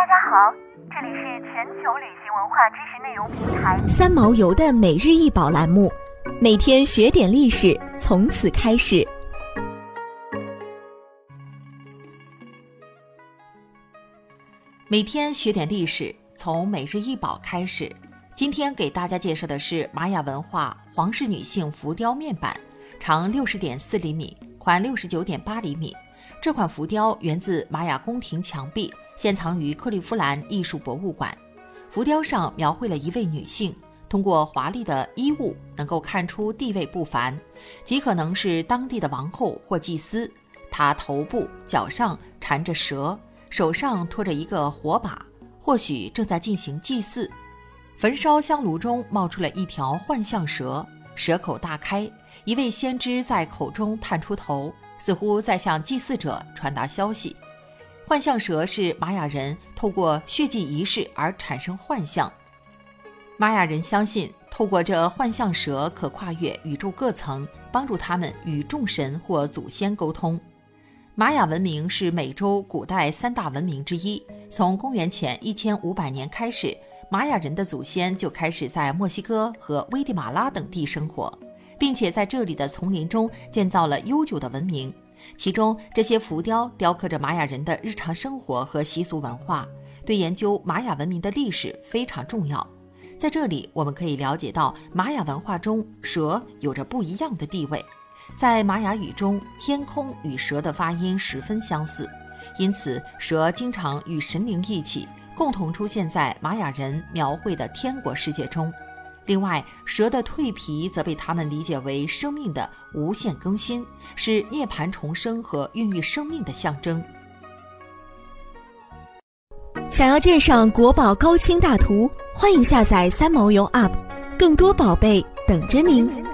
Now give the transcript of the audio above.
家好，这里是全球旅行文化知识内容平台三毛游的每日一宝栏目，每天学点历史，从此开始。 每天学点历史，从每日一宝开始。今天给大家介绍的是玛雅文化皇室女性浮雕面板，长60.4厘米，宽69.8厘米。这款浮雕源自玛雅宫廷墙壁，现藏于克利夫兰艺术博物馆。浮雕上描绘了一位女性，通过华丽的衣物能够看出地位不凡，极可能是当地的王后或祭司。她头部、脚上缠着蛇，手上托着一个火把，或许正在进行祭祀。焚烧香炉中冒出了一条幻象蛇，蛇口大开，一位先知在口中探出头，似乎在向祭祀者传达消息。幻象蛇是玛雅人透过血祭仪式而产生幻象。玛雅人相信，透过这幻象蛇可跨越宇宙各层，帮助他们与众神或祖先沟通。玛雅文明是美洲古代3大文明之一，从公元前1500年开始，玛雅人的祖先就开始在墨西哥和危地马拉等地生活，并且在这里的丛林中建造了悠久的文明。其中这些浮雕雕刻着玛雅人的日常生活和习俗文化，对研究玛雅文明的历史非常重要。在这里我们可以了解到，玛雅文化中蛇有着不一样的地位。在玛雅语中，天空与蛇的发音十分相似，因此蛇经常与神灵一起共同出现在玛雅人描绘的天国世界中。另外，蛇的蜕皮则被他们理解为生命的无限更新，是涅槃重生和孕育生命的象征。 想要鉴赏国宝高清大图，欢迎下载三毛游 App， 更多宝贝等着您。